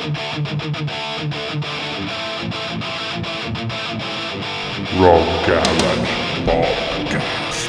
Rock Garage Podcast.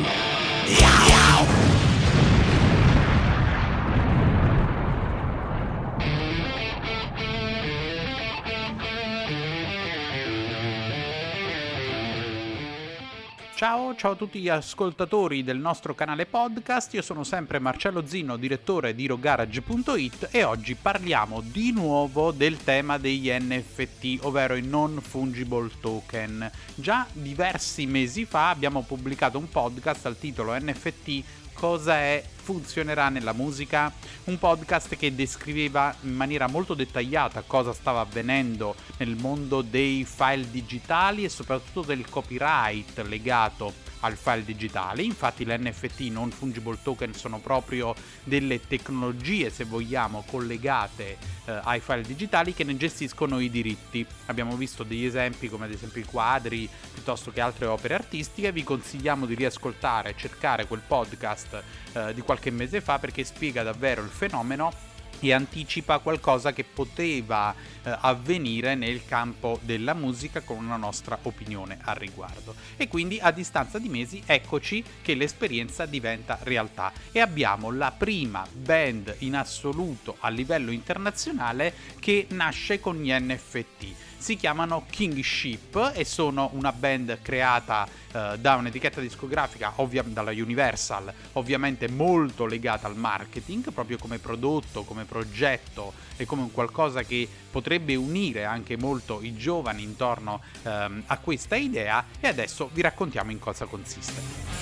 Ciao a tutti gli ascoltatori del nostro canale podcast, io sono sempre Marcello Zinno, direttore di rockgarage.it e oggi parliamo di nuovo del tema degli NFT, ovvero i non fungible token. Già diversi mesi fa abbiamo pubblicato un podcast al titolo NFT Cosa è? Funzionerà nella musica? Un podcast che descriveva in maniera molto dettagliata cosa stava avvenendo nel mondo dei file digitali e soprattutto del copyright legato al file digitale. Infatti l'NFT, non fungible token, sono proprio delle tecnologie, se vogliamo, collegate ai file digitali che ne gestiscono i diritti. Abbiamo visto degli esempi come ad esempio i quadri piuttosto che altre opere artistiche. Vi consigliamo di riascoltare e cercare quel podcast di qualche mese fa perché spiega davvero il fenomeno e anticipa qualcosa che poteva avvenire nel campo della musica con una nostra opinione al riguardo. E quindi a distanza di mesi eccoci che l'esperienza diventa realtà e abbiamo la prima band in assoluto a livello internazionale che nasce con gli NFT. Si chiamano Kingship e sono una band creata da un'etichetta discografica, dalla Universal, ovviamente molto legata al marketing, proprio come prodotto, come progetto e come qualcosa che potrebbe unire anche molto i giovani intorno a questa idea, e adesso vi raccontiamo in cosa consiste.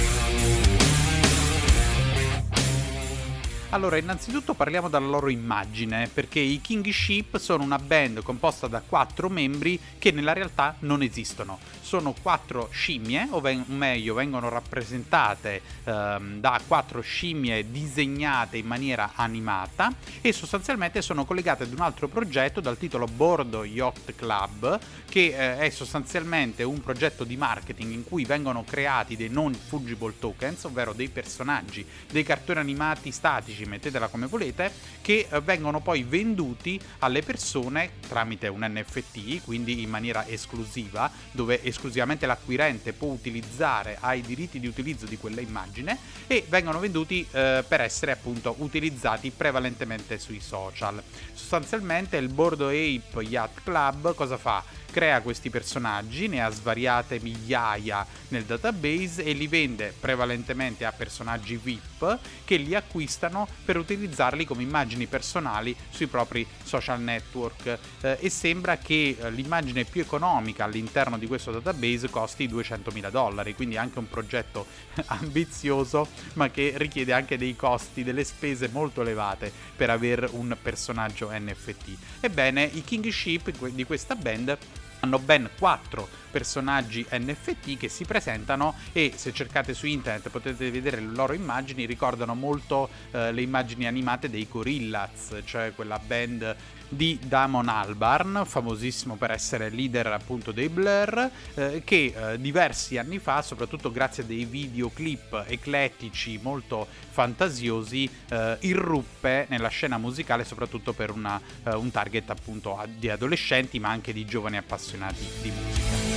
Allora, innanzitutto parliamo della loro immagine, perché i Kingship sono una band composta da 4 membri che nella realtà non esistono. Sono 4 scimmie, o meglio, vengono rappresentate da 4 scimmie disegnate in maniera animata e sostanzialmente sono collegate ad un altro progetto dal titolo Bordo Yacht Club, che è sostanzialmente un progetto di marketing in cui vengono creati dei non fungible tokens, ovvero dei personaggi, dei cartoni animati statici, mettetela come volete, che vengono poi venduti alle persone tramite un NFT, quindi in maniera esclusiva, dove esclusivamente l'acquirente può utilizzare, ha i diritti di utilizzo di quella immagine, e vengono venduti per essere appunto utilizzati prevalentemente sui social. Sostanzialmente il Bored Ape Yacht Club cosa fa? Crea questi personaggi, ne ha svariate migliaia nel database e li vende prevalentemente a personaggi VIP che li acquistano per utilizzarli come immagini personali sui propri social network, e sembra che l'immagine più economica all'interno di questo database costi $200.000, quindi anche un progetto ambizioso ma che richiede anche dei costi, delle spese molto elevate per avere un personaggio NFT. Ebbene, i Kingship di questa band hanno ben 4 personaggi NFT che si presentano e se cercate su internet potete vedere le loro immagini, ricordano molto le immagini animate dei Gorillaz, cioè quella band di Damon Albarn, famosissimo per essere leader appunto dei Blur, che diversi anni fa, soprattutto grazie a dei videoclip eclettici molto fantasiosi, irruppe nella scena musicale soprattutto per un target appunto di adolescenti ma anche di giovani appassionati di musica.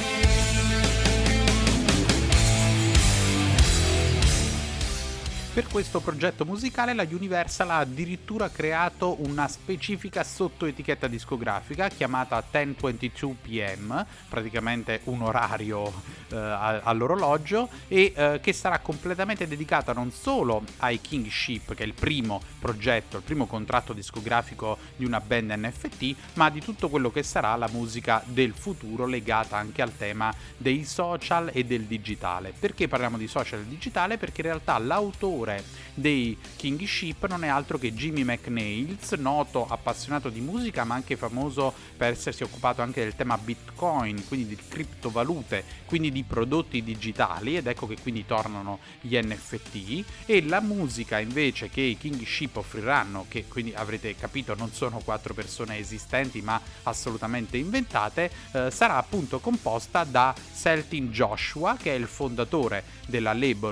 Per questo progetto musicale la Universal ha addirittura creato una specifica sottoetichetta discografica chiamata 10:22 PM, praticamente un orario all'orologio, e che sarà completamente dedicata non solo ai Kingship, che è il primo progetto, il primo contratto discografico di una band NFT, ma di tutto quello che sarà la musica del futuro legata anche al tema dei social e del digitale. Perché parliamo di social e digitale? Perché in realtà l'autore dei Kingship non è altro che Jimmy McNeils, noto appassionato di musica ma anche famoso per essersi occupato anche del tema Bitcoin, quindi di criptovalute, quindi di prodotti digitali, ed ecco che quindi tornano gli NFT. E la musica invece che i Kingship offriranno, che quindi avrete capito non sono 4 persone esistenti ma assolutamente inventate, sarà appunto composta da Celtin Joshua, che è il fondatore della label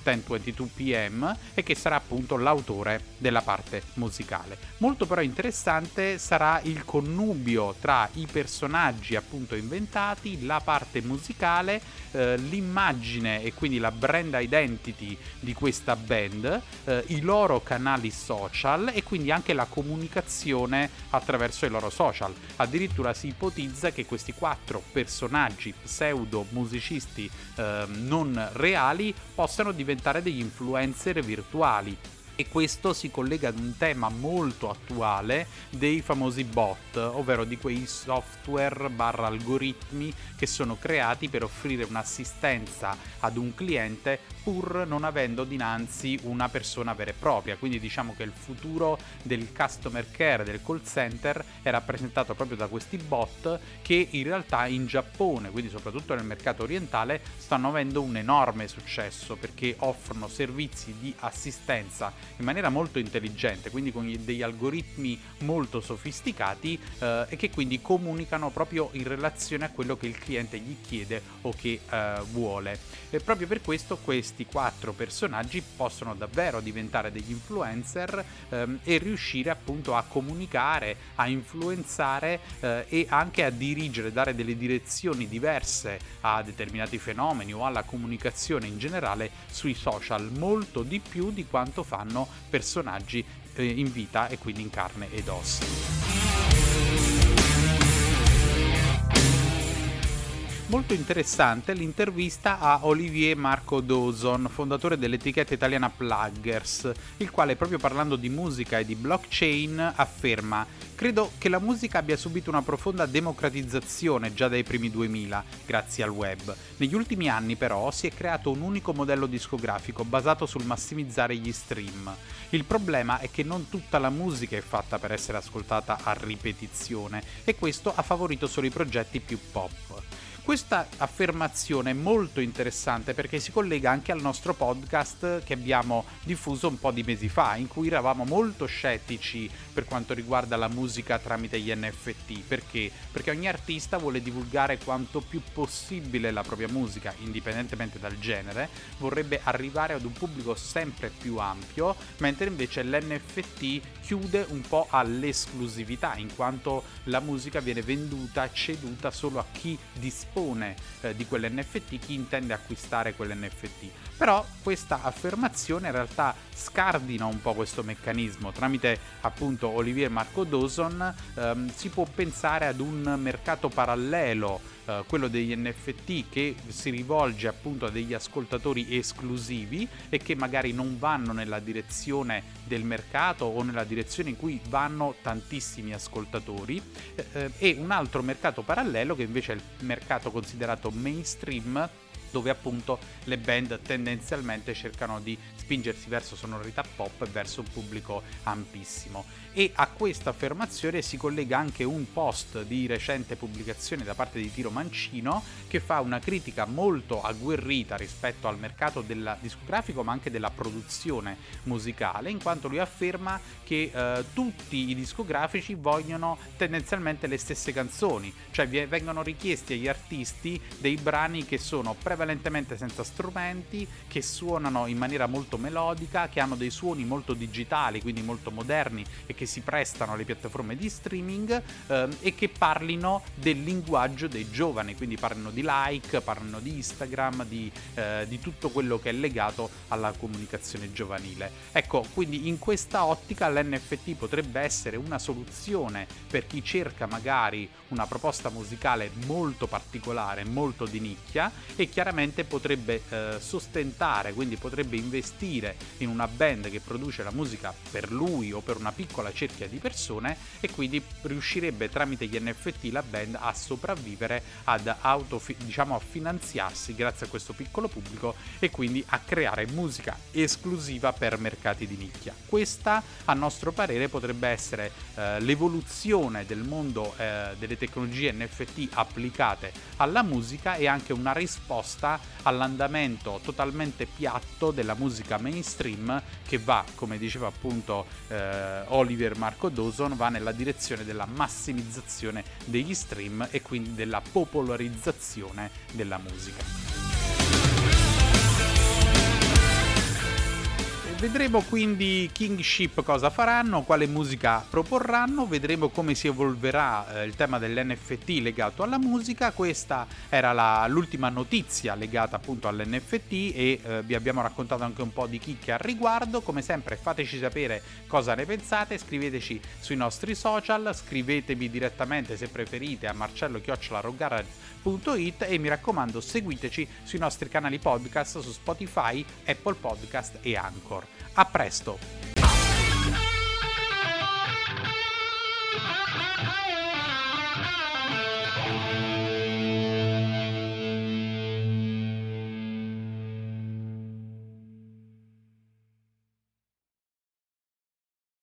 10:22 p.m. e che sarà appunto l'autore della parte musicale. Molto però interessante sarà il connubio tra i personaggi appunto inventati, la parte musicale, l'immagine e quindi la brand identity di questa band, i loro canali social e quindi anche la comunicazione attraverso i loro social. Addirittura si ipotizza che questi 4 personaggi pseudo musicisti non reali possano diventare degli influencer virtuali. E questo si collega ad un tema molto attuale dei famosi bot, ovvero di quei software / algoritmi che sono creati per offrire un'assistenza ad un cliente pur non avendo dinanzi una persona vera e propria. Quindi diciamo che il futuro del customer care, del call center, è rappresentato proprio da questi bot che in realtà in Giappone, quindi soprattutto nel mercato orientale, stanno avendo un enorme successo perché offrono servizi di assistenza in maniera molto intelligente, quindi con degli algoritmi molto sofisticati e che quindi comunicano proprio in relazione a quello che il cliente gli chiede o che vuole. E proprio per questo questi 4 personaggi possono davvero diventare degli influencer e riuscire appunto a comunicare, a influenzare e anche a dirigere, dare delle direzioni diverse a determinati fenomeni o alla comunicazione in generale sui social, molto di più di quanto fanno personaggi in vita e quindi in carne ed ossa. Molto interessante l'intervista a Olivier Marco Dawson, fondatore dell'etichetta italiana Pluggers, il quale proprio parlando di musica e di blockchain afferma: credo che la musica abbia subito una profonda democratizzazione già dai primi 2000, grazie al web. Negli ultimi anni però si è creato un unico modello discografico basato sul massimizzare gli stream. Il problema è che non tutta la musica è fatta per essere ascoltata a ripetizione e questo ha favorito solo i progetti più pop. Questa affermazione è molto interessante perché si collega anche al nostro podcast che abbiamo diffuso un po' di mesi fa, in cui eravamo molto scettici per quanto riguarda la musica tramite gli NFT. Perché? Perché ogni artista vuole divulgare quanto più possibile la propria musica, indipendentemente dal genere, vorrebbe arrivare ad un pubblico sempre più ampio, mentre invece l'NFT chiude un po' all'esclusività, in quanto la musica viene venduta, ceduta solo a chi dispone di quell'NFT, chi intende acquistare quell'NFT. Però questa affermazione in realtà scardina un po' questo meccanismo. Tramite appunto Olivier Marco Dawson si può pensare ad un mercato parallelo, quello degli NFT, che si rivolge appunto a degli ascoltatori esclusivi e che magari non vanno nella direzione del mercato o nella direzione in cui vanno tantissimi ascoltatori, e un altro mercato parallelo che invece è il mercato considerato mainstream, dove appunto le band tendenzialmente cercano di spingersi verso sonorità pop e verso un pubblico ampissimo. E a questa affermazione si collega anche un post di recente pubblicazione da parte di Tiro Mancino, che fa una critica molto agguerrita rispetto al mercato del discografico ma anche della produzione musicale, in quanto lui afferma che tutti i discografici vogliono tendenzialmente le stesse canzoni, cioè vengono richiesti agli artisti dei brani che sono prevalentemente senza strumenti, che suonano in maniera molto melodica, che hanno dei suoni molto digitali, quindi molto moderni e che si prestano alle piattaforme di streaming, e che parlino del linguaggio dei giovani, quindi parlino di like, parlino di Instagram, di tutto quello che è legato alla comunicazione giovanile. Ecco, quindi in questa ottica l'NFT potrebbe essere una soluzione per chi cerca magari una proposta musicale molto particolare, molto di nicchia, e chiaramente potrebbe sostentare, quindi potrebbe investire in una band che produce la musica per lui o per una piccola cerchia di persone, e quindi riuscirebbe tramite gli NFT la band a sopravvivere, a finanziarsi grazie a questo piccolo pubblico e quindi a creare musica esclusiva per mercati di nicchia. Questa, a nostro parere, potrebbe essere l'evoluzione del mondo delle tecnologie NFT applicate alla musica e anche una risposta all'andamento totalmente piatto della musica mainstream, che va, come diceva appunto Olivier Marco Dawson, va nella direzione della massimizzazione degli stream e quindi della popolarizzazione della musica. Vedremo quindi Kingship cosa faranno, quale musica proporranno, vedremo come si evolverà il tema dell'NFT legato alla musica. Questa era l'ultima notizia legata appunto all'NFT e vi abbiamo raccontato anche un po' di chicche al riguardo. Come sempre fateci sapere cosa ne pensate, scriveteci sui nostri social, scrivetemi direttamente se preferite a marcello@rockgarage.it e mi raccomando seguiteci sui nostri canali podcast su Spotify, Apple Podcast e Anchor. A presto!